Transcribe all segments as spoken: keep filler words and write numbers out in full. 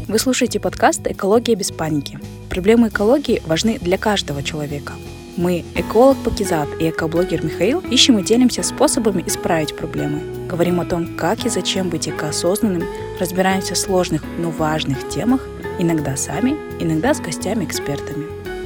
Вы слушаете подкаст «Экология без паники». Проблемы экологии важны для каждого человека. Мы, эколог Пакизат и экоблогер Михаил, ищем и делимся способами исправить проблемы. Говорим о том, как и зачем быть экоосознанным, разбираемся в сложных, но важных темах, иногда сами, иногда с гостями-экспертами.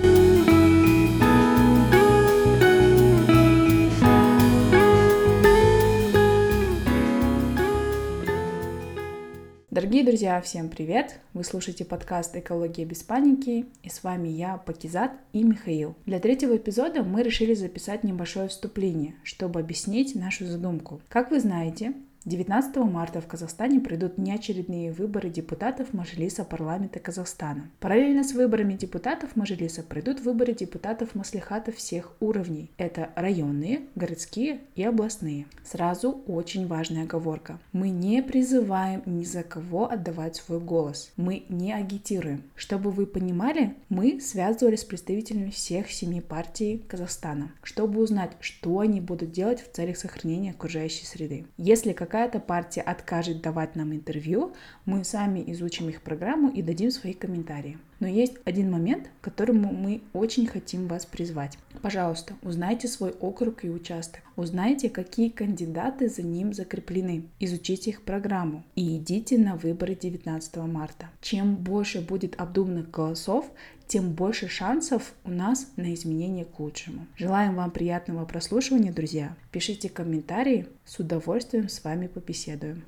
Дорогие друзья, всем привет! Вы слушаете подкаст «Экология без паники», и с вами я, Пакизат и Михаил. Для третьего эпизода мы решили записать небольшое вступление, чтобы объяснить нашу задумку. Как вы знаете, девятнадцатого марта в Казахстане пройдут неочередные выборы депутатов Мажилиса парламента Казахстана. Параллельно с выборами депутатов Мажилиса пройдут выборы депутатов маслихата всех уровней. Это районные, городские и областные. Сразу очень важная оговорка. Мы не призываем ни за кого отдавать свой голос. Мы не агитируем. Чтобы вы понимали, мы связывались с представителями всех семи партий Казахстана, чтобы узнать, что они будут делать в целях сохранения окружающей среды. Если как какая-то партия откажет давать нам интервью, мы сами изучим их программу и дадим свои комментарии. Но есть один момент, к которому мы очень хотим вас призвать. Пожалуйста, узнайте свой округ и участок. Узнайте, какие кандидаты за ним закреплены. Изучите их программу и идите на выборы девятнадцатого марта. Чем больше будет обдуманных голосов, тем больше шансов у нас на изменение к лучшему. Желаем вам приятного прослушивания, друзья. Пишите комментарии, с удовольствием с вами побеседуем.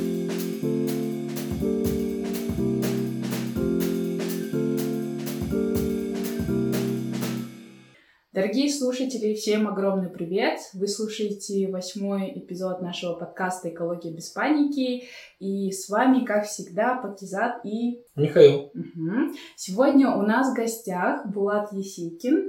Дорогие слушатели, всем огромный привет! Вы слушаете восьмой эпизод нашего подкаста «Экология без паники». И с вами, как всегда, Пакизат и Михаил. Угу. Сегодня у нас в гостях Булат Есикин,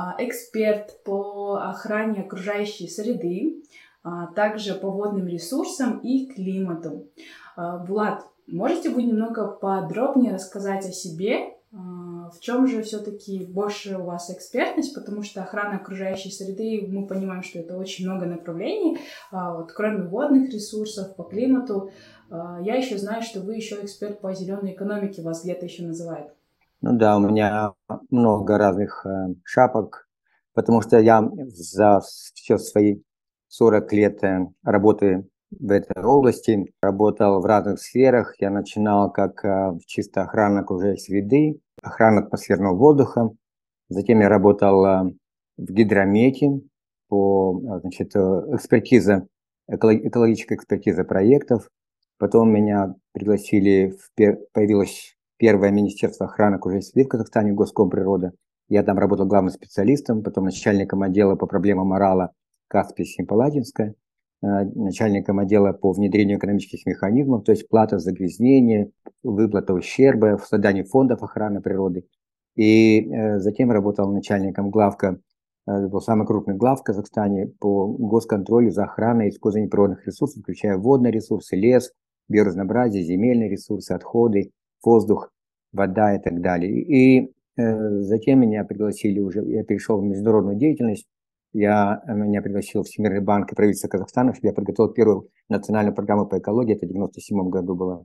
эксперт по охране окружающей среды, также по водным ресурсам и климату. Булат, можете вы немного подробнее рассказать о себе? В чем же все-таки больше у вас экспертность, потому что охрана окружающей среды, мы понимаем, что это очень много направлений, вот, кроме водных ресурсов, по климату. Я еще знаю, что вы еще эксперт по зеленой экономике, вас где-то еще называют. Ну да, у меня много разных э, шапок, потому что я за все свои сорок лет э, работы в этой области работал в разных сферах. Я начинал как э, чисто охрана окружающей среды, охрана атмосферного воздуха. Затем я работал э, в гидромете по значит, экспертиза, экологическая экспертиза проектов. Потом меня пригласили, в пер... появилось первое Министерство охраны окружающей среды в Казахстане, Госкомприрода. Я там работал главным специалистом, потом начальником отдела по проблемам орала Каспия-Семипаладинская, начальником отдела по внедрению экономических механизмов, то есть плата за загрязнение, выплата ущерба в создании фондов охраны природы. И э, затем работал начальником главка, э, был самый крупный глав в Казахстане по госконтролю за охраной и использованием природных ресурсов, включая водные ресурсы, лес, биоразнообразие, земельные ресурсы, отходы, воздух, вода и так далее. И э, затем меня пригласили уже, я перешел в международную деятельность. Я, меня пригласил Всемирный банк и правительство Казахстана, чтобы я подготовил первую национальную программу по экологии, это в девяносто седьмом году было,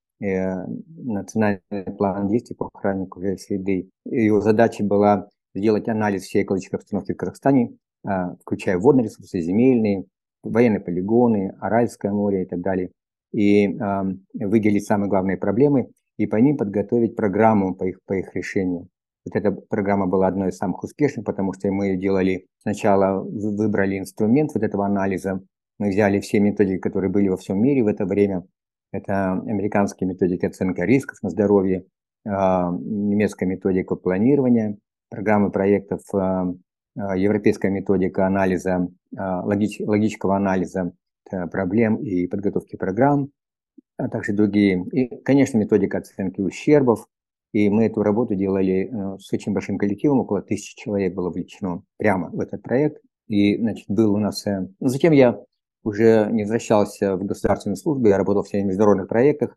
э, национальный план действий по охране окружающей среды. И его задача была сделать анализ всей экологической обстановки в Казахстане, э, включая водные ресурсы, земельные, военные полигоны, Аральское море и так далее, и э, выделить самые главные проблемы и по ним подготовить программу по их, по их решению. Вот эта программа была одной из самых успешных, потому что мы ее делали, сначала выбрали инструмент вот этого анализа, мы взяли все методики, которые были во всем мире в это время, это американские методики оценки рисков на здоровье, немецкая методика планирования, программы проектов, европейская методика анализа, логич, логического анализа проблем и подготовки программ, а также другие. И, конечно, методика оценки ущербов. И мы эту работу делали с очень большим коллективом, около тысячи человек было вовлечено прямо в этот проект. И, значит, был у нас... Затем я уже не возвращался в государственную службу, я работал в всех международных проектах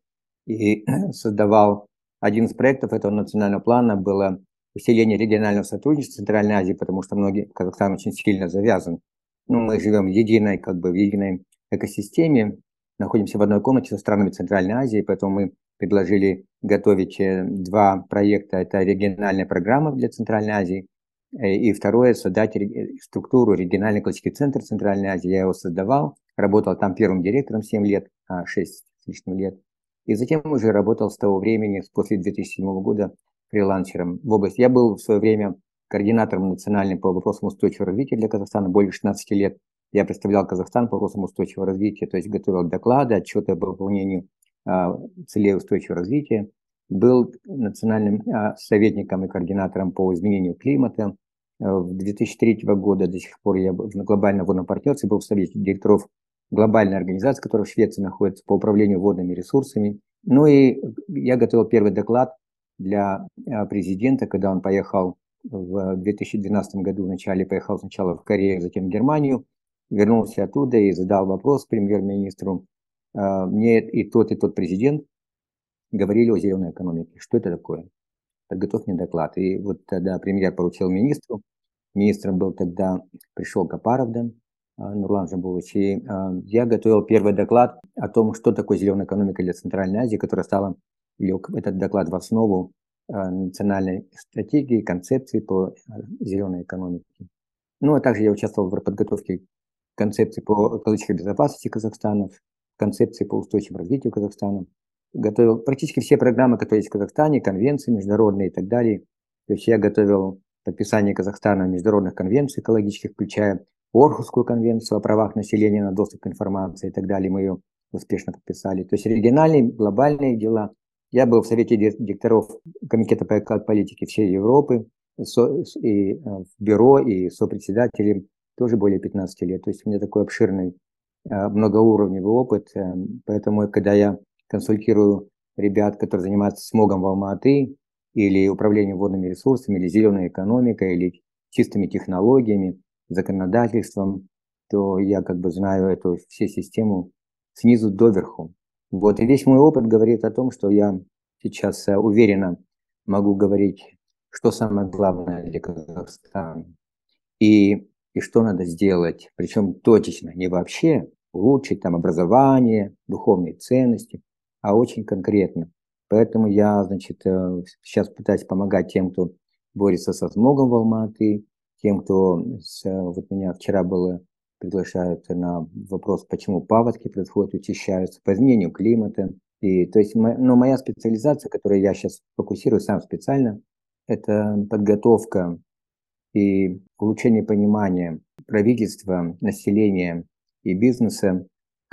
и создавал один из проектов этого национального плана, было усиление регионального сотрудничества в Центральной Азии, потому что многие, Казахстан очень сильно завязан. Ну, мы живем в единой, как бы, в единой экосистеме, находимся в одной комнате со странами Центральной Азии, поэтому мы предложили готовить два проекта. Это региональная программа для Центральной Азии, и второе – создать структуру региональный экологический центр Центральной Азии. Я его создавал, работал там первым директором семь лет, шесть с лишним лет. И затем уже работал с того времени, после две тысячи седьмого года, фрилансером в области. Я был в свое время координатором национальным по вопросам устойчивого развития для Казахстана более шестнадцати лет. Я представлял Казахстан по вопросам устойчивого развития, то есть готовил доклады, отчеты об выполнении а, целей устойчивого развития. Был национальным а, советником и координатором по изменению климата. В две тысячи третьего года до сих пор я в глобальном водном партнерстве был в совете директоров глобальной организации, которая в Швеции находится, по управлению водными ресурсами. Ну и я готовил первый доклад для президента, когда он поехал в две тысячи двенадцатом году, в начале поехал сначала в Корею, затем в Германию, вернулся оттуда и задал вопрос премьер-министру. Мне и тот, и тот президент говорили о зеленой экономике. Что это такое? Подготовь мне доклад. И вот тогда премьер поручил министру. Министром был тогда, пришел Капаров, да, Нурлан Жамбулович. И я готовил первый доклад о том, что такое зеленая экономика для Центральной Азии, которая стала, лег этот доклад в основу национальной стратегии, концепции по зеленой экономике. Ну, а также я участвовал в подготовке концепции по экологической безопасности Казахстана, концепции по устойчивому развитию Казахстана. Готовил практически все программы, которые есть в Казахстане, конвенции международные и так далее. То есть я готовил подписание Казахстана международных конвенций экологических, включая Орхусскую конвенцию о правах населения на доступ к информации и так далее. Мы ее успешно подписали. То есть региональные, глобальные дела. Я был в совете директоров Комитета по экологии всей Европы, и в бюро, и сопредседателем тоже более пятнадцати лет. То есть у меня такой обширный, многоуровневый опыт. Поэтому, когда я консультирую ребят, которые занимаются смогом в Алма-Аты, или управлением водными ресурсами, или зеленой экономикой, или чистыми технологиями, законодательством, то я как бы знаю эту всю систему снизу доверху. Вот, и весь мой опыт говорит о том, что я сейчас уверенно могу говорить, что самое главное для Казахстана, и, и что надо сделать, причем точечно, не вообще улучшить там образование, духовные ценности, а очень конкретно. Поэтому я, значит, сейчас пытаюсь помогать тем, кто борется со смогом в Алма-Аты, тем, кто, с, вот меня вчера было, приглашают на вопрос, почему паводки происходят, учащаются, по изменению климата. И, то есть, ну, моя специализация, которой я сейчас фокусирую сам специально, это подготовка и улучшение понимания правительства, населения и бизнеса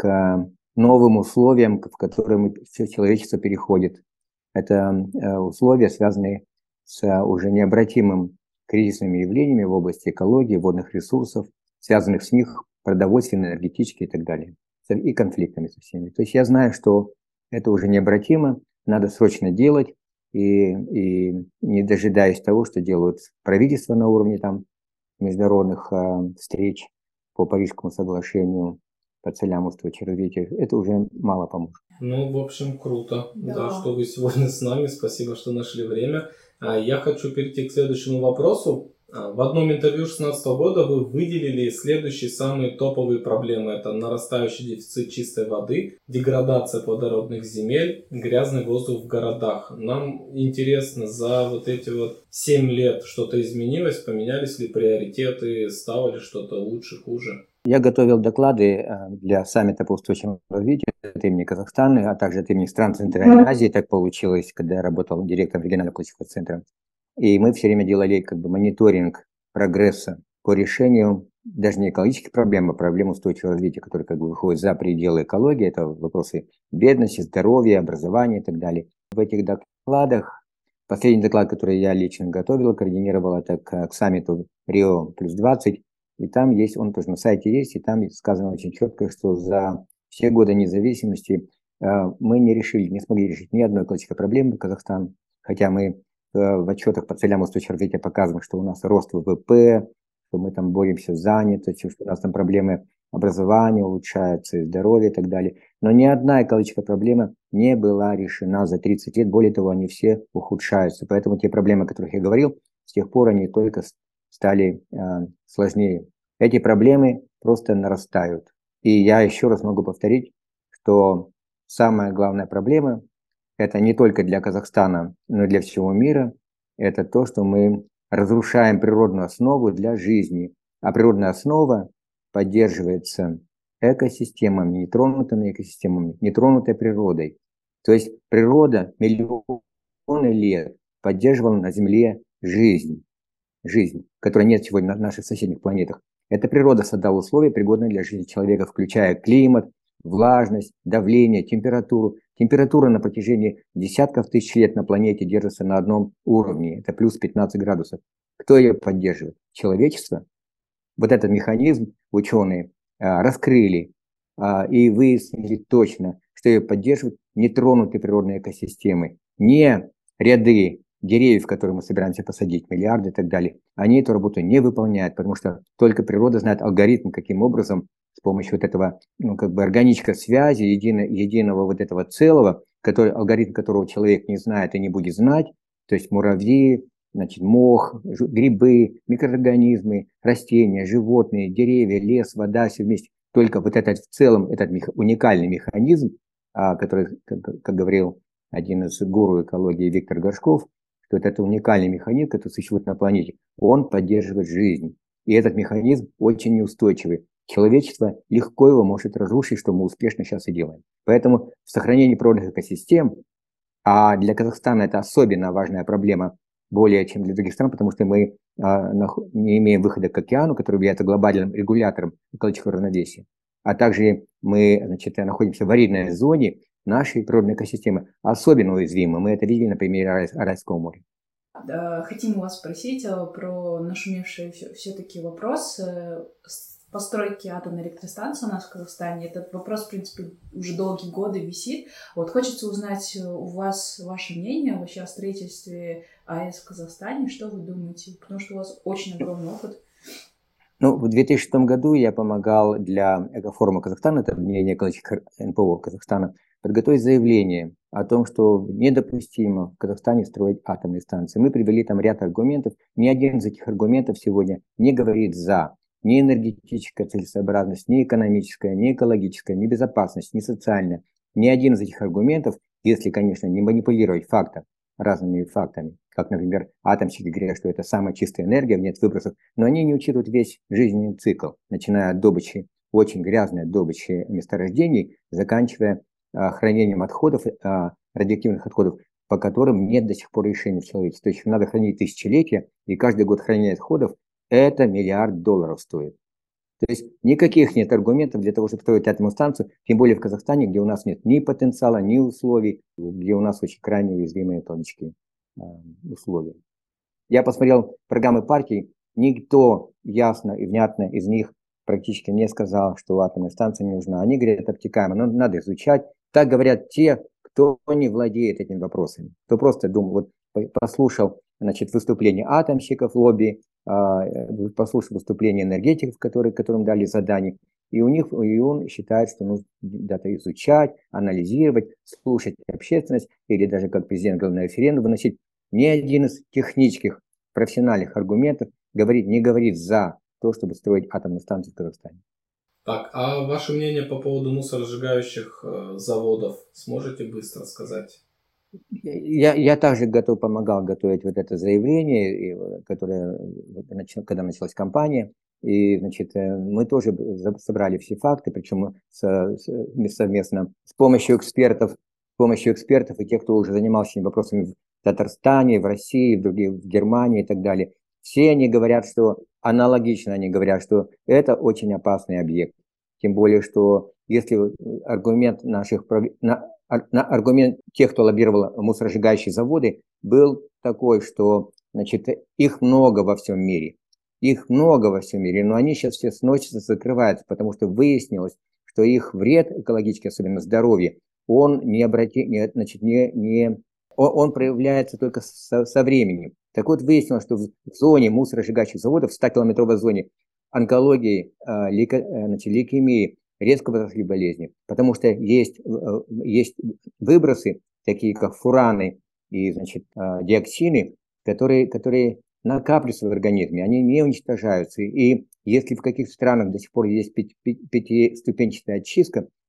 к новым условиям, в которые все человечество переходит. Это условия, связанные с уже необратимым кризисными явлениями в области экологии, водных ресурсов, связанных с них продовольственные, энергетические и так далее, и конфликтами со всеми. То есть я знаю, что это уже необратимо, надо срочно делать, и, и не дожидаясь того, что делают правительства на уровне там международных э, встреч по Парижскому соглашению, по целям устойчивого развития, это уже мало поможет. Ну, в общем, круто, да. да, что вы сегодня с нами. Спасибо, что нашли время. Я хочу перейти к следующему вопросу. В одном интервью две тысячи шестнадцатого года вы выделили следующие самые топовые проблемы. Это нарастающий дефицит чистой воды, деградация плодородных земель, грязный воздух в городах. Нам интересно, за вот эти вот семь лет что-то изменилось? Поменялись ли приоритеты? Стало ли что-то лучше, хуже? Я готовил доклады для саммита по устойчивому развитию от имени Казахстана, а также от имени стран Центральной Азии. Так получилось, когда я работал директором регионального экологического центра. И мы все время делали как бы мониторинг прогресса по решению даже не экологических проблем, а проблем устойчивого развития, которые как бы выходят за пределы экологии. Это вопросы бедности, здоровья, образования и так далее. В этих докладах, последний доклад, который я лично готовил, координировал, это к, к саммиту Рио плюс двадцать. И там есть, он тоже на сайте есть, и там сказано очень четко, что за все годы независимости э, мы не решили, не смогли решить ни одной экологической проблемы Казахстана, хотя мы э, в отчетах по целям устойчивого развития показываем, что у нас рост ВВП, что мы там боремся с занятостью, что у нас там проблемы образования улучшаются, здоровья и так далее. Но ни одна экологическая проблема не была решена за тридцать лет, более того, они все ухудшаются. Поэтому те проблемы, о которых я говорил, с тех пор они только стали э, сложнее. Эти проблемы просто нарастают. И я еще раз могу повторить, что самая главная проблема – это не только для Казахстана, но и для всего мира, это то, что мы разрушаем природную основу для жизни. А природная основа поддерживается экосистемами, нетронутыми экосистемами, нетронутой природой. То есть природа миллионы лет поддерживала на Земле жизнь, жизнь, которой нет сегодня на наших соседних планетах. Эта природа создала условия, пригодные для жизни человека, включая климат, влажность, давление, температуру. Температура на протяжении десятков тысяч лет на планете держится на одном уровне. Это плюс пятнадцать градусов. Кто ее поддерживает? Человечество. Вот этот механизм ученые а, раскрыли а, и выяснили точно, что ее поддерживают нетронутые природные экосистемы. Не ряды деревьев, которые мы собираемся посадить, миллиарды и так далее. Они эту работу не выполняют, потому что только природа знает алгоритм, каким образом с помощью вот этого, ну, как бы органической связи, едино, единого вот этого целого, который, алгоритм которого человек не знает и не будет знать, то есть муравьи, значит, мох, грибы, микроорганизмы, растения, животные, деревья, лес, вода, все вместе. Только вот этот в целом, этот уникальный механизм, который, как, как говорил один из гуру экологии Виктор Горшков, что это уникальный механизм, который существует на планете, он поддерживает жизнь. И этот механизм очень неустойчивый. Человечество легко его может разрушить, что мы успешно сейчас и делаем. Поэтому в сохранении природных экосистем, а для Казахстана это особенно важная проблема, более чем для других стран, потому что мы а, не имеем выхода к океану, который является глобальным регулятором экологического равновесия, а также мы, значит, находимся в аридной зоне, нашей природной экосистемы особенно уязвимы. Мы это видели на примере Аральского моря. Хотим у вас спросить про нашумевший все-таки вопрос постройки атомной электростанции у нас в Казахстане. Этот вопрос, в принципе, уже долгие годы висит. Вот хочется узнать у вас ваше мнение вообще о строительстве АЭС в Казахстане. Что вы думаете? Потому что у вас очень огромный опыт. Ну, в две тысячи шестом году я помогал для Экофорума Казахстана, это объединение экологических эн пэ о Казахстана, подготовить заявление о том, что недопустимо в Казахстане строить атомные станции. Мы привели там ряд аргументов. Ни один из этих аргументов сегодня не говорит за ни энергетическая целесообразность, ни экономическая, ни экологическая, ни безопасность, ни социальная. Ни один из этих аргументов, если, конечно, не манипулировать фактом, разными фактами, как, например, атомщики говорят, что это самая чистая энергия, нет выбросов, но они не учитывают весь жизненный цикл, начиная от добычи, очень грязной добычи месторождений, заканчивая а, хранением отходов, а, радиоактивных отходов, по которым нет до сих пор решения в человечестве. То есть их надо хранить тысячелетия, и каждый год хранения отходов это миллиард долларов стоит. То есть никаких нет аргументов для того, чтобы строить атомную станцию, тем более в Казахстане, где у нас нет ни потенциала, ни условий, где у нас очень крайне уязвимые экологические э, условия. Я посмотрел программы партий, никто ясно и внятно из них практически не сказал, что атомная станция не нужна. Они говорят обтекаемо, но надо изучать. Так говорят те, кто не владеет этими вопросами, кто просто думал, вот послушал, значит, выступление атомщиков, лобби, послушал выступления энергетиков, которые, которым дали задание, и у них, и он считает, что нужно это изучать, анализировать, слушать общественность, или даже как президент главного референдума выносить. Ни один из технических профессиональных аргументов говорит, не говорит за то, чтобы строить атомную станцию в Казахстане. Так, а ваше мнение по поводу мусоросжигающих э, заводов сможете быстро сказать? Я, я также готов, помогал готовить вот это заявление, которое, когда началась кампания, и, значит, мы тоже собрали все факты, причем совместно с помощью экспертов, с помощью экспертов и тех, кто уже занимался этими вопросами в Татарстане, в России, в других, в Германии и так далее. Все они говорят, что аналогично, они говорят, что это очень опасный объект. Тем более, что если аргумент наших аргумент тех, кто лоббировал мусоросжигающие заводы, был такой, что, значит, их много во всем мире. Их много во всем мире, но они сейчас все сносятся, закрываются, потому что выяснилось, что их вред экологический, особенно здоровье, он не обрати, не, значит, не, не, он, он проявляется только со, со временем. Так вот, выяснилось, что в зоне мусоросжигающих заводов, в ста-километровой зоне, онкологии, лейко, значит, лейкемии, резко возросли болезни, потому что есть, есть выбросы, такие как фураны и, значит, диоксины, которые, которые накапливаются в организме, они не уничтожаются. И если в каких-то странах до сих пор есть пяти, пятиступенчатая очистка,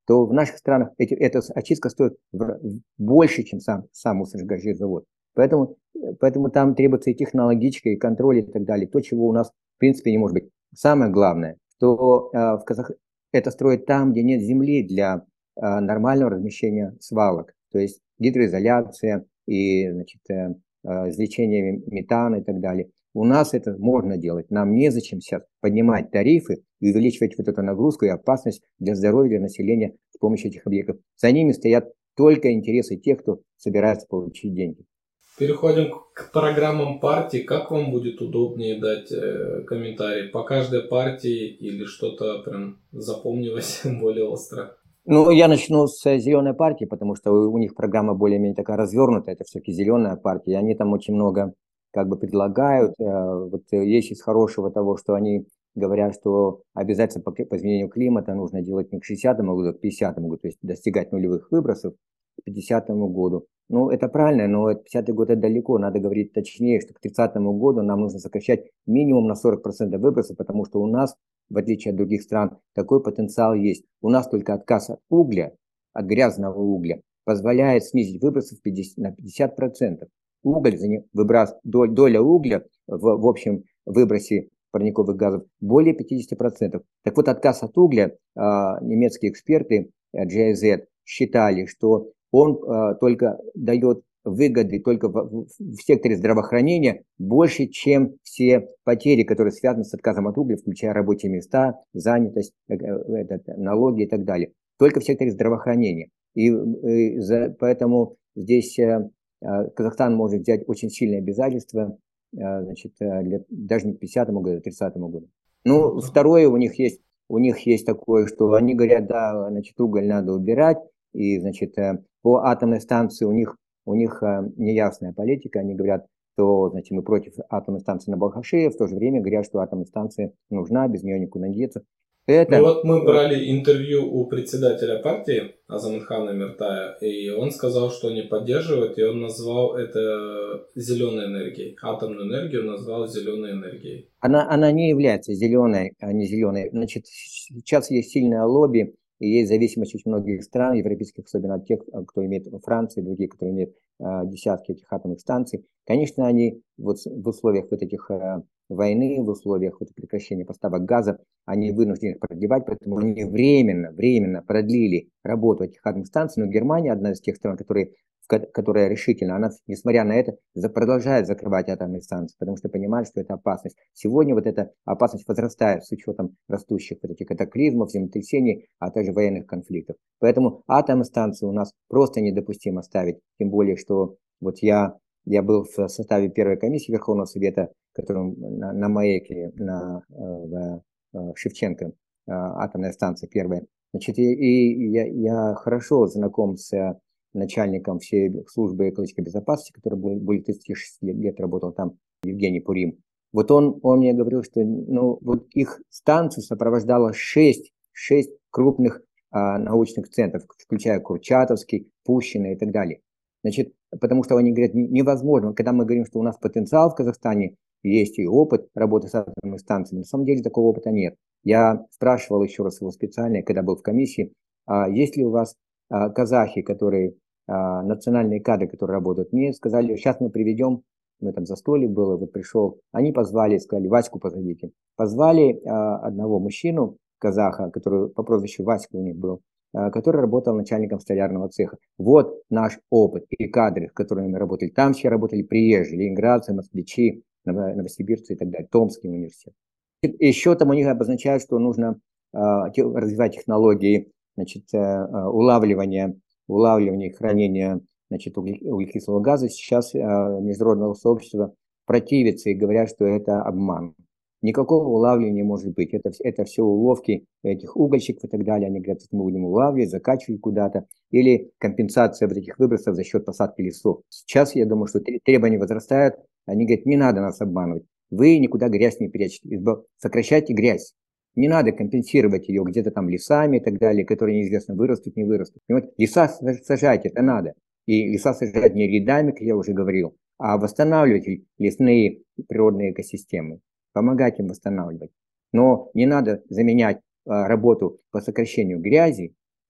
то в наших странах эти, эта очистка стоит в, больше, чем сам, сам мусоросжигающий завод. Поэтому, поэтому там требуется и технологичка, и контроль, и так далее. То, чего у нас, в принципе, не может быть. Самое главное, что э, в Казах... это строят там, где нет земли для э, нормального размещения свалок. То есть гидроизоляция и, значит, э, э, извлечение метана и так далее. У нас это можно делать. Нам незачем сейчас поднимать тарифы и увеличивать вот эту нагрузку и опасность для здоровья, для населения с помощью этих объектов. За ними стоят только интересы тех, кто собирается получить деньги. Переходим к программам партии. Как вам будет удобнее дать э, комментарий? По каждой партии или что-то прям запомнилось более остро? Ну, я начну с зеленой партии, потому что у них программа более-менее такая развернутая. Это все-таки зеленая партия. И они там очень много как бы предлагают. Вот есть из хорошего того, что они говорят, что обязательно по, по изменению климата нужно делать не к шестидесятому году, а к пятидесятому году, то есть достигать нулевых выбросов к пятидесятому году. Ну, это правильно, но пятидесятый год это далеко. Надо говорить точнее, что к тридцатому году нам нужно сокращать минимум на сорок процентов выбросов, потому что у нас, в отличие от других стран, такой потенциал есть. У нас только отказ от угля, от грязного угля, позволяет снизить выбросы на пятьдесят процентов. Уголь, выброс, доля угля в, в общем выбросе парниковых газов более пятьдесят процентов. Так вот, отказ от угля, э, немецкие эксперты джи ай зет считали, что он э, только дает выгоды только в, в секторе здравоохранения больше, чем все потери, которые связаны с отказом от угля, включая рабочие места, занятость, э, э, налоги и так далее. Только в секторе здравоохранения. И, и за, поэтому здесь э, Казахстан может взять очень сильные обязательства, э, значит, для, даже не к пятидесятому году, а к тридцатому году. Ну, второе у них есть, у них есть такое, что они говорят, да, значит, уголь надо убирать, и, значит, по атомной станции у них, у них неясная политика. Они говорят, что, значит, мы против атомной станции на Балхаши, в то же время говорят, что атомная станция нужна, без нее никуда не деться. Это... Ну вот мы брали интервью у председателя партии Азаматхана Миртая, и он сказал, что они поддерживают, и он назвал это зеленой энергией. Атомную энергию назвал зеленой энергией. Она, она не является зеленой, а не зеленой. Значит, сейчас есть сильное лобби, и есть зависимость очень многих стран, европейских, особенно от тех, кто имеет Франции, другие, которые имеют э, десятки этих атомных станций. Конечно, они вот в условиях вот этих э, войны, в условиях вот прекращения поставок газа, они вынуждены их продлевать, поэтому они временно, временно продлили работу этих атомных станций. Но Германия, одна из тех стран, которые, которая решительно, она, несмотря на это, продолжает закрывать атомные станции, потому что понимает, что это опасность. Сегодня вот эта опасность возрастает с учетом растущих вот этих катаклизмов, землетрясений, а также военных конфликтов. Поэтому атомные станции у нас просто недопустимо ставить, тем более, что вот я, я был в составе первой комиссии Верховного Совета, которым на, на МАЭКе, на в, в Шевченко, атомная станция первая. Значит, и, и я, я хорошо знаком с начальником всей службы экологической безопасности, который более тридцати шести лет работал там, Евгений Пурим. Вот он, он мне говорил, что ну, вот их станцию сопровождало шесть, шесть крупных а, научных центров, включая Курчатовский, Пущино и так далее. Значит, потому что они говорят, невозможно, когда мы говорим, что у нас потенциал в Казахстане, есть и опыт работы с атомными станциями, на самом деле такого опыта нет. Я спрашивал еще раз его специально, когда был в комиссии, а, есть ли у вас а, казахи, которые, а, национальные кадры, которые работают. Мне сказали, сейчас мы приведем, мы там застолье было, вот пришел, они позвали, сказали, Ваську позовите. Позвали а, одного мужчину, казаха, который по прозвищу Васька у них был, а, который работал начальником столярного цеха. Вот наш опыт и кадры, с которыми мы работали. Там все работали приезжие, ленинградцы, москвичи, новосибирцы и так далее, Томский университет. Еще там у них обозначают, что нужно э, развивать технологии, значит, э, улавливания, улавливания и хранения, значит, углекислого газа. Сейчас э, международное сообщество противится и говорят, что это обман. Никакого улавливания не может быть. Это, это все уловки этих угольщиков и так далее. Они говорят, что мы будем улавливать, закачивать куда-то. Или компенсация вот этих выбросов за счет посадки лесов. Сейчас, я думаю, что требования возрастают. Они говорят, не надо нас обманывать. Вы никуда грязь не прячете. Сокращайте грязь. Не надо компенсировать ее где-то там лесами и так далее, которые неизвестно вырастут, не вырастут. Понимаете? Леса сажать это надо. И леса сажать не рядами, как я уже говорил, а восстанавливать лесные природные экосистемы. Помогать им восстанавливать. Но не надо заменять а, работу по сокращению грязи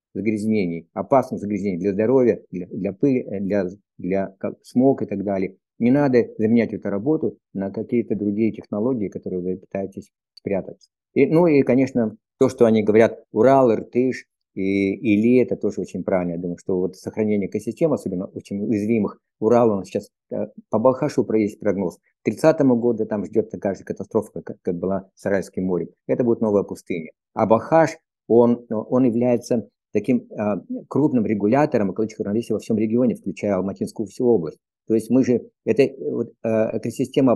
загрязнений, опасных загрязнений для здоровья, для, для пыли, для, для смог и так далее. Не надо заменять эту работу на какие-то другие технологии, которые вы пытаетесь спрятать. И, ну и, конечно, то, что они говорят Урал, Иртыш и Или, это тоже очень правильно. Я думаю, что вот сохранение экосистем, особенно очень уязвимых, Урал, он сейчас по Балхашу есть прогноз. К тридцатому году там ждет такая же катастрофа, как, как была с Аральским морем. Это будет новая пустыня. А Балхаш, он, он является таким а, крупным регулятором экологического равновесия во всем регионе, включая Алматинскую всю область. То есть мы же, это вот, экосистема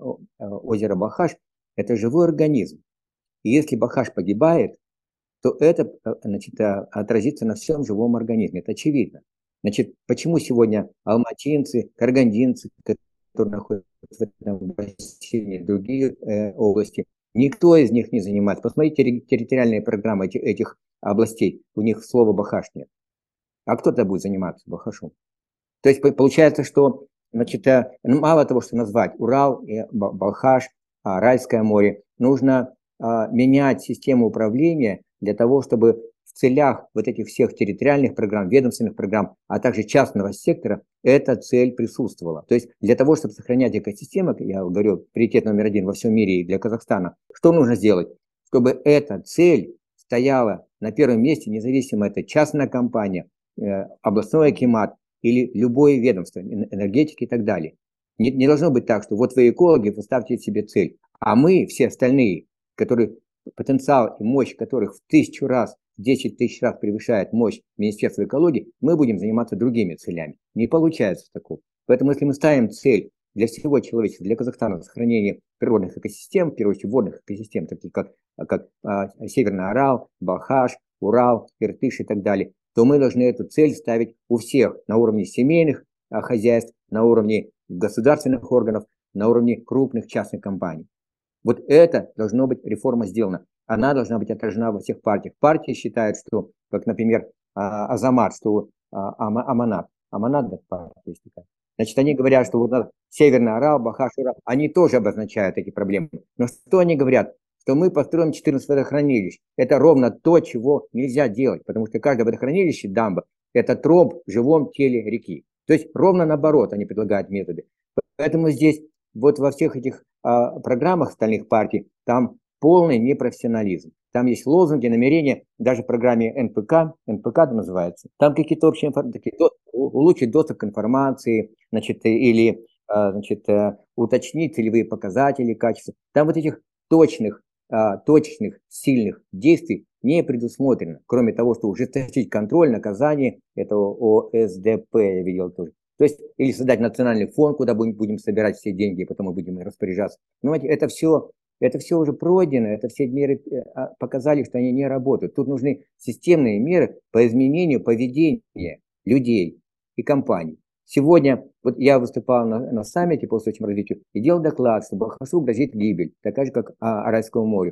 озера Балхаш, это живой организм. И если Балхаш погибает, то это, значит, отразится на всем живом организме. Это очевидно. Значит, почему сегодня алматинцы, карагандинцы, которые находятся в этом бассейне, другие э, области, никто из них не занимается. Посмотрите территориальные программы этих, этих областей. У них слова Балхаш нет. А кто-то будет заниматься Балхашом? То есть получается, что, значит, мало того, что назвать Урал, Балхаш, Аральское море, нужно а, менять систему управления для того, чтобы в целях вот этих всех территориальных программ, ведомственных программ, а также частного сектора, эта цель присутствовала. То есть для того, чтобы сохранять экосистему, я говорю, приоритет номер один во всем мире и для Казахстана, что нужно сделать? Чтобы эта цель стояла на первом месте, независимо это частная компания, э, областной акимат, или любое ведомство, энергетики и так далее. Не, не должно быть так, что вот вы экологи, вы ставьте себе цель, а мы, все остальные, которые, потенциал и мощь которых в тысячу раз, в десять тысяч раз превышает мощь Министерства экологии, мы будем заниматься другими целями. Не получается такого. Поэтому если мы ставим цель для всего человечества, для Казахстана сохранения природных экосистем, в первую очередь водных экосистем, таких как, как а, Северный Арал, Балхаш, Урал, Иртыш и так далее, то мы должны эту цель ставить у всех на уровне семейных а, хозяйств, на уровне государственных органов, на уровне крупных частных компаний. Вот это должно быть реформа сделана. Она должна быть отражена во всех партиях. Партии считают, что, как, например, а, Азамат, что а, Аманат, Аманат, да, партия есть такая. Значит, они говорят, что вот Северный Арал, Балхаш, Урал, они тоже обозначают эти проблемы. Но что они говорят? Что мы построим четырнадцать водохранилищ. Это ровно то, чего нельзя делать, потому что каждое водохранилище, дамба, это тромб в живом теле реки. То есть ровно наоборот они предлагают методы. Поэтому здесь вот во всех этих а, программах остальных партий там полный непрофессионализм. Там есть лозунги, намерения, даже в программе эн пэ ка, эн пэ ка называется, там какие-то общие такие, улучшить доступ к информации, значит, или значит, уточнить целевые показатели качества. Там вот этих точных точечных, сильных действий не предусмотрено. Кроме того, что ужесточить контроль, наказание, это о эс дэ пэ я видел тоже. То есть, или создать национальный фонд, куда будем, будем собирать все деньги, и потом мы будем распоряжаться. Понимаете, это все, это все уже пройдено, это все меры показали, что они не работают. Тут нужны системные меры по изменению поведения людей и компаний. Сегодня, вот я выступал на, на саммите по устойчивому развитию и делал доклад, что Балхашу грозит гибель, такая же, как а, Аральскому морю.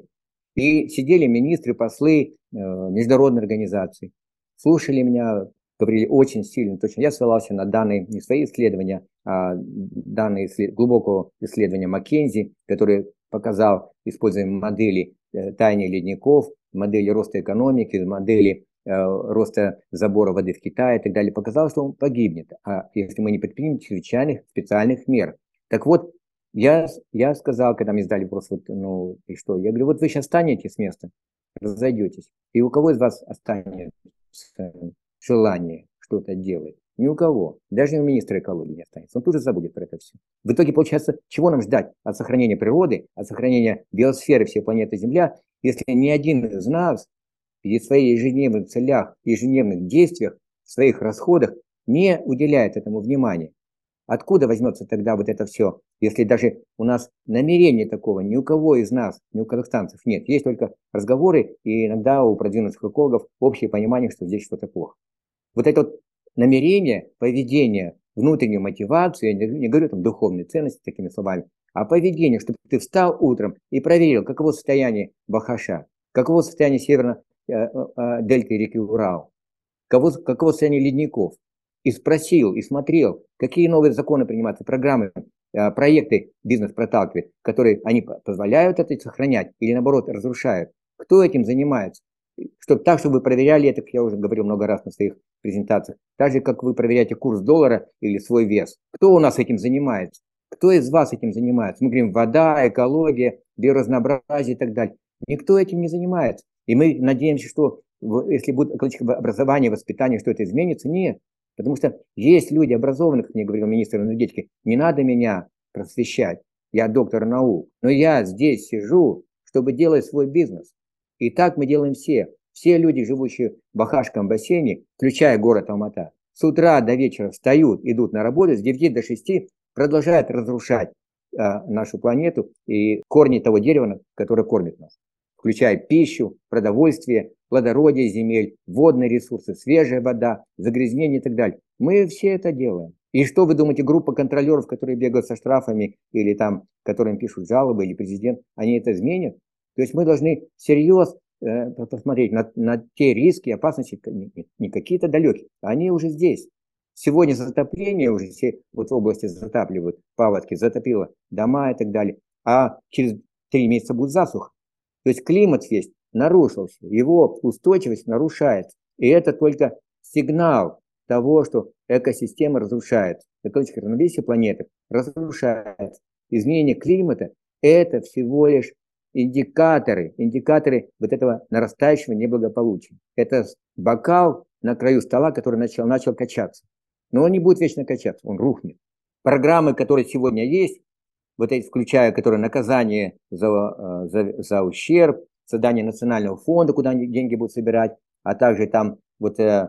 И сидели министры, послы э, международной организации, слушали меня, говорили очень сильно, точно. Я ссылался на данные, не свои исследования, а данные исслед... глубокого исследования Маккензи, который показал, используя модели э, таяния ледников, модели роста экономики, модели роста забора воды в Китае и так далее, показал, что он погибнет, а если мы не предпримем чрезвычайных специальных мер. Так вот, я, я сказал, когда мне задали вопрос, вот, ну и что, я говорю, вот вы сейчас встанете с места, разойдетесь, и у кого из вас останется желание что-то делать? Ни у кого, даже у министра экологии не останется, он тут же забудет про это все. В итоге, получается, чего нам ждать от сохранения природы, от сохранения биосферы всей планеты Земля, если ни один из нас в своих ежедневных целях, ежедневных действиях, в своих расходах не уделяет этому внимания. Откуда возьмется тогда вот это все, если даже у нас намерения такого ни у кого из нас, ни у казахстанцев нет. Есть только разговоры и иногда у продвинутых экологов общее понимание, что здесь что-то плохо. Вот это вот намерение, поведение, внутреннюю мотивацию, я не говорю там духовные ценности такими словами, а поведение, чтобы ты встал утром и проверил, каково состояние Балхаша, каково состояние северно дельты реки Урал, каково, каково состояние ледников, и спросил, и смотрел, какие новые законы принимаются, программы, проекты бизнес проталкивает, которые они позволяют это сохранять или наоборот разрушают. Кто этим занимается? чтобы так, чтобы вы проверяли это, как я уже говорил много раз на своих презентациях, так же, как вы проверяете курс доллара или свой вес. Кто у нас этим занимается? Кто из вас этим занимается? Мы говорим, вода, экология, биоразнообразие и так далее. Никто этим не занимается. И мы надеемся, что если будет экологическое образование, воспитание, что это изменится? Нет. Потому что есть люди образованные, как мне говорил министр энергетики, не надо меня просвещать, я доктор наук, но я здесь сижу, чтобы делать свой бизнес. И так мы делаем все. Все люди, живущие в Бахашском бассейне, включая город Алмата, с утра до вечера встают, идут на работу, с девяти до шести продолжают разрушать э, нашу планету и корни того дерева, которое кормит нас, включая пищу, продовольствие, плодородие земель, водные ресурсы, свежая вода, загрязнение и так далее. Мы все это делаем. И что вы думаете, группа контролеров, которые бегают со штрафами или там, которым пишут жалобы, или президент, они это изменят? То есть мы должны всерьез э, посмотреть на, на те риски, опасности, не, не какие-то далекие, они уже здесь. Сегодня затопление уже все вот в области затапливают, паводки, затопило дома и так далее. А через три месяца будет засуха. То есть климат весь нарушился, его устойчивость нарушается. И это только сигнал того, что экосистема разрушается. Экологическое равновесие планеты разрушается. Изменение климата – это всего лишь индикаторы, индикаторы вот этого нарастающего неблагополучия. Это бокал на краю стола, который начал, начал качаться. Но он не будет вечно качаться, он рухнет. Программы, которые сегодня есть, вот эти, включая, которые наказание за, за, за ущерб, создание национального фонда, куда деньги будут собирать, а также там вот э,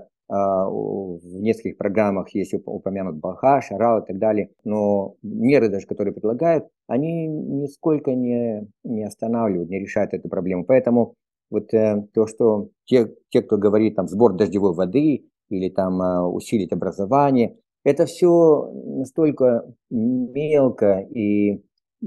в нескольких программах есть упомянут Бахаш, Арал и так далее, но меры даже, которые предлагают, они нисколько не, не останавливают, не решают эту проблему. Поэтому вот э, то, что те, те, кто говорит там сбор дождевой воды или там э, усилить образование, это все настолько мелко и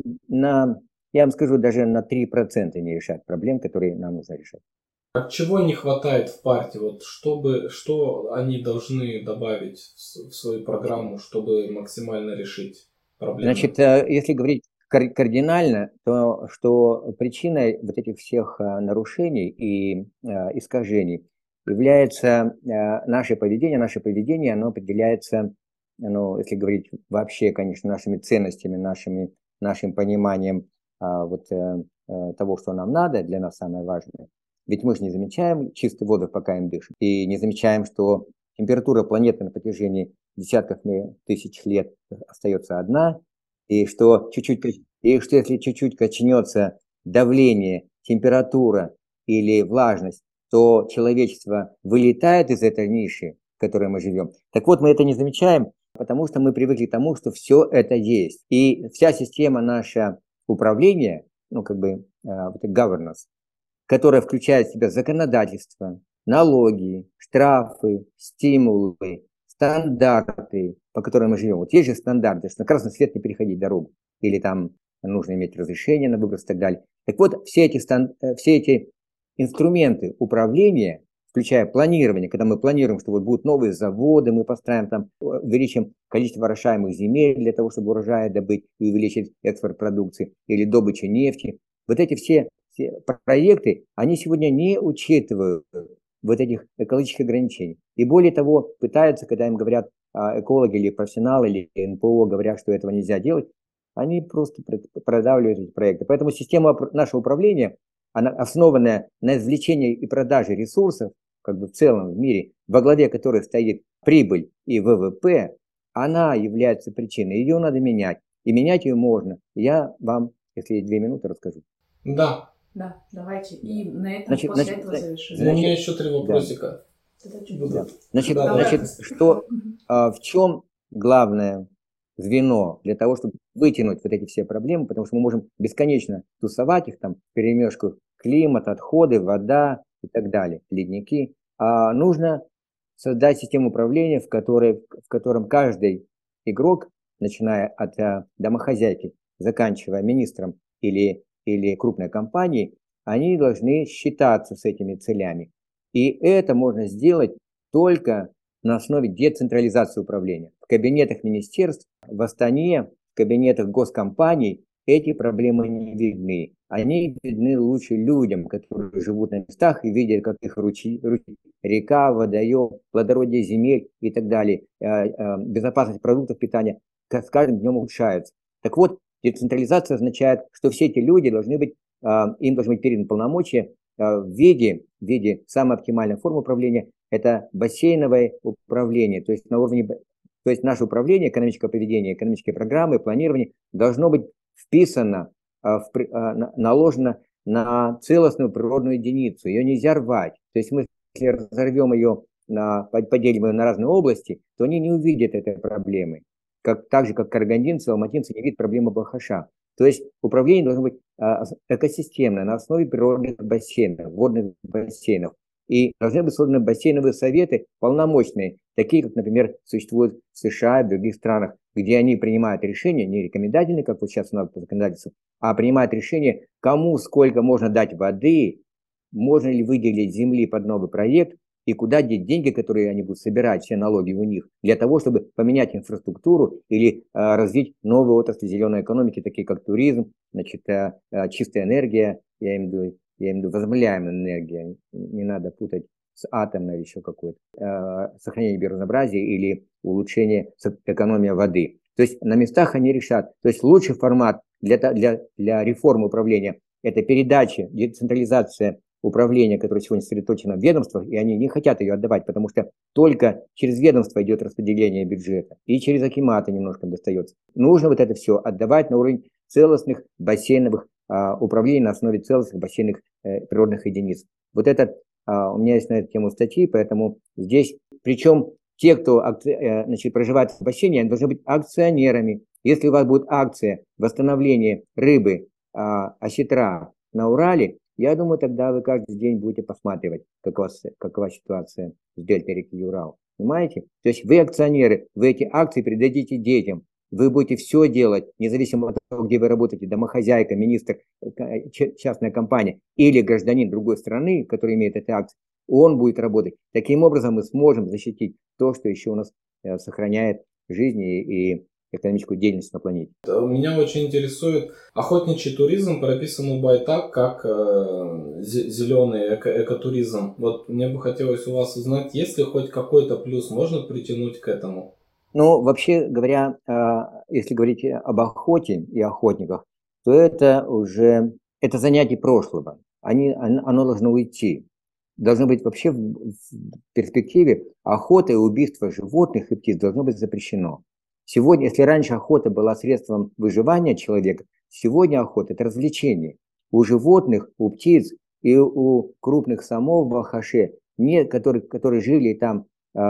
на, я вам скажу, даже на три процента не решает проблем, которые нам нужно решать. А чего не хватает в партии? Вот чтобы, что они должны добавить в свою программу, чтобы максимально решить проблему? Значит, если говорить кардинально, то что причиной вот этих всех нарушений и искажений является наше поведение. Наше поведение, оно определяется, ну, если говорить вообще, конечно, нашими ценностями, нашими, нашим пониманием вот того, что нам надо, для нас самое важное. Ведь мы же не замечаем чистый воздух, пока им дышим, и не замечаем, что температура планеты на протяжении десятков тысяч лет остается одна, и что чуть-чуть, и что если чуть-чуть качнется давление, температура или влажность, то человечество вылетает из этой ниши, в которой мы живем. Так вот, мы это не замечаем, потому что мы привыкли к тому, что все это есть. И вся система наша управления, ну как бы governance, которая включает в себя законодательство, налоги, штрафы, стимулы, стандарты, по которым мы живем. Вот есть же стандарты, что на красный свет не переходить дорогу, или там нужно иметь разрешение на выброс и так далее. Так вот, все эти, стан, все эти инструменты управления, включая планирование, когда мы планируем, что вот будут новые заводы, мы построим там, увеличим количество орошаемых земель для того, чтобы урожай добыть и увеличить экспорт продукции, или добычу нефти. Вот эти все проекты, они сегодня не учитывают вот этих экологических ограничений. И более того, пытаются, когда им говорят экологи или профессионалы, или эн пэ о, говорят, что этого нельзя делать, они просто продавливают эти проекты. Поэтому система нашего управления, она основанная на извлечении и продаже ресурсов, как бы в целом в мире, во главе которой стоит прибыль и вэ вэ пэ, она является причиной. Ее надо менять. И менять ее можно. Я вам, если есть две минуты, расскажу. Да. Да, давайте. И на этом значит, после значит, этого завершим. Значит, у меня еще три вопросика. Да. Да. Значит, да, значит да. что, а, в чем главное звено для того, чтобы вытянуть вот эти все проблемы, потому что мы можем бесконечно тусовать их, там, перемешку климат, отходы, вода и так далее, ледники. А нужно создать систему управления, в, которой, в котором каждый игрок, начиная от а, домохозяйки, заканчивая министром или или крупной компании, они должны считаться с этими целями. И это можно сделать только на основе децентрализации управления. В кабинетах министерств, в Астане, в кабинетах госкомпаний эти проблемы не видны. они видны лучше людям, которые живут на местах и видят, как их ручьи, ручьи, река, водоем, плодородие земель и так далее, безопасность продуктов питания с каждым днем улучшается. Так вот, децентрализация означает, что все эти люди должны быть, им должны быть переданы полномочия в виде, в виде самой оптимальной формы управления, это бассейновое управление, то есть на уровне, то есть наше управление, экономическое поведение, экономические программы, планирование должно быть вписано, наложено на целостную природную единицу, ее нельзя рвать. То есть мы, если разорвем ее, на, поделим ее на разные области, то они не увидят этой проблемы. Как, так же, как карагандинцы, алматинцы не видят проблемы Балхаша. То есть управление должно быть экосистемное, на основе природных бассейнов, водных бассейнов. И должны быть созданы бассейновые советы полномочные, такие, как, например, существуют в США и в других странах, где они принимают решения, не рекомендательные, как вот сейчас у нас по законодательству, а принимают решение, кому сколько можно дать воды, можно ли выделить земли под новый проект, и куда деть деньги, которые они будут собирать, все налоги у них, для того, чтобы поменять инфраструктуру или а, развить новые отрасли зеленой экономики, такие как туризм, значит, а, а, чистая энергия, я имею в виду, я имею в виду возобновляемая энергия, не надо путать с атомной или еще какой-то, а, сохранение биоразнообразия или улучшение экономии воды. То есть на местах они решат. То есть лучший формат для, для, для реформы управления – это передача, децентрализация управления, которое сегодня сосредоточено в ведомствах, и они не хотят ее отдавать, потому что только через ведомство идет распределение бюджета, и через акиматы немножко достается. Нужно вот это все отдавать на уровень целостных бассейновых а, управлений на основе целостных бассейновых э, природных единиц. Вот это, а, у меня есть на эту тему статьи, поэтому здесь, причем те, кто акци, э, значит, проживает в бассейне, они должны быть акционерами. Если у вас будет акция восстановления рыбы, а, осетра на Урале, я думаю, тогда вы каждый день будете посматривать, какова, какова ситуация с дельтой реки Урал. Понимаете? То есть вы акционеры, вы эти акции передадите детям. Вы будете все делать, независимо от того, где вы работаете, домохозяйка, министр, частная компания или гражданин другой страны, который имеет эти акции, он будет работать. Таким образом мы сможем защитить то, что еще у нас сохраняет жизнь и экономическую деятельность на планете. Меня очень интересует охотничий туризм, прописан у Байтак как э, зеленый эко экотуризм. Вот мне бы хотелось у вас узнать, есть ли хоть какой-то плюс, можно притянуть к этому? Ну, вообще говоря, э, если говорить об охоте и охотниках, то это уже это занятие прошлого. Они, оно должно уйти. Должно быть вообще в, в перспективе охота и убийство животных и птиц должно быть запрещено. Сегодня, если раньше охота была средством выживания человека, сегодня охота – это развлечение. У животных, у птиц и у крупных самов в Балхаше, нет, которые, которые жили там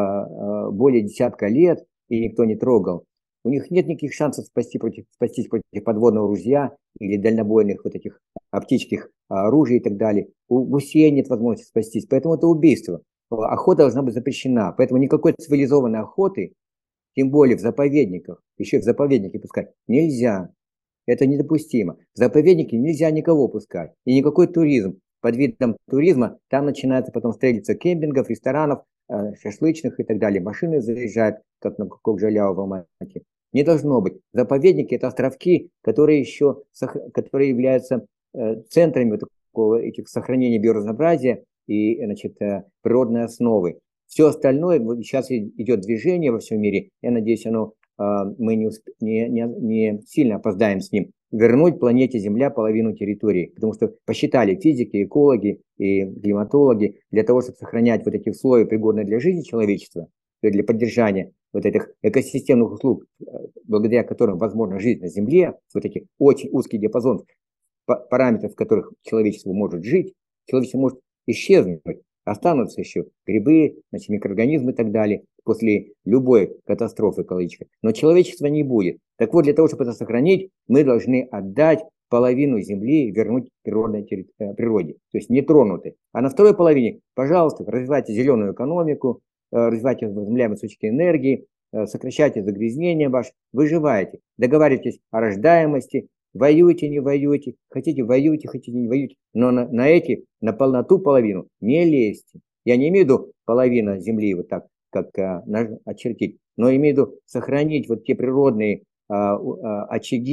э, более десятка лет, и никто не трогал, у них нет никаких шансов спасти против, спастись против подводного ружья или дальнобойных вот этих оптических оружий и так далее. У гусей нет возможности спастись, поэтому это убийство. Охота должна быть запрещена, поэтому никакой цивилизованной охоты, тем более в заповедниках, еще и в заповеднике пускать нельзя. Это недопустимо. В заповеднике нельзя никого пускать. И никакой туризм. Под видом туризма там начинается потом строительство кемпингов, ресторанов, шашлычных и так далее. Машины заезжают, как на Кокжаляу в Алмате. Не должно быть. Заповедники – это островки, которые еще которые являются центрами такого, этих сохранения биоразнообразия и, значит, природной основы. Все остальное, вот сейчас идет движение во всем мире, я надеюсь, оно, мы не, усп... не, не, не сильно опоздаем с ним, вернуть планете Земля половину территории, потому что посчитали физики, экологи и климатологи, для того, чтобы сохранять вот эти условия, пригодные для жизни человечества, для поддержания вот этих экосистемных услуг, благодаря которым возможна жизнь на Земле, вот этих очень узкий диапазон параметров, в которых человечество может жить, человечество может исчезнуть. Останутся еще грибы, значит, микроорганизмы и так далее после любой катастрофы экологической. Но человечества не будет. Так вот, для того, чтобы это сохранить, мы должны отдать половину земли, вернуть природной природе, то есть нетронутой. А на второй половине, пожалуйста, развивайте зеленую экономику, развивайте возобновляемые источники энергии, сокращайте загрязнение ваше, выживайте, договаривайтесь о рождаемости, воюйте, не воюйте, хотите воюйте, хотите не воюйте, но на, на эти, на полноту половину не лезьте. Я не имею в виду половина земли вот так, как а, очертить, но имею в виду сохранить вот те природные а, а, очаги,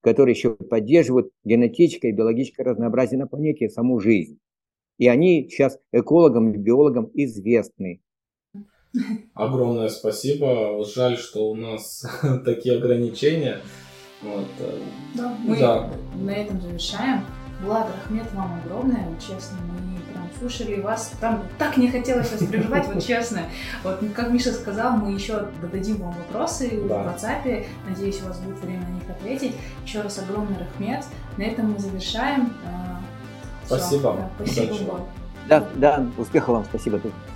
которые еще поддерживают генетическое и биологическое разнообразие на планете и саму жизнь. И они сейчас экологам и биологам известны. Огромное спасибо. Жаль, что у нас такие ограничения. Вот. Да, мы да. на этом завершаем. Влад, Рахмет, вам огромное. Честно, мы прям слушали вас. Там так не хотелось вас прерывать, вот честно. Вот, как Миша сказал, мы еще додадим вам вопросы да. в WhatsApp. Надеюсь, у вас будет время на них ответить. Еще раз огромный Рахмет. На этом мы завершаем. Спасибо. Да, спасибо, Влад. Да, да, успехов вам, спасибо.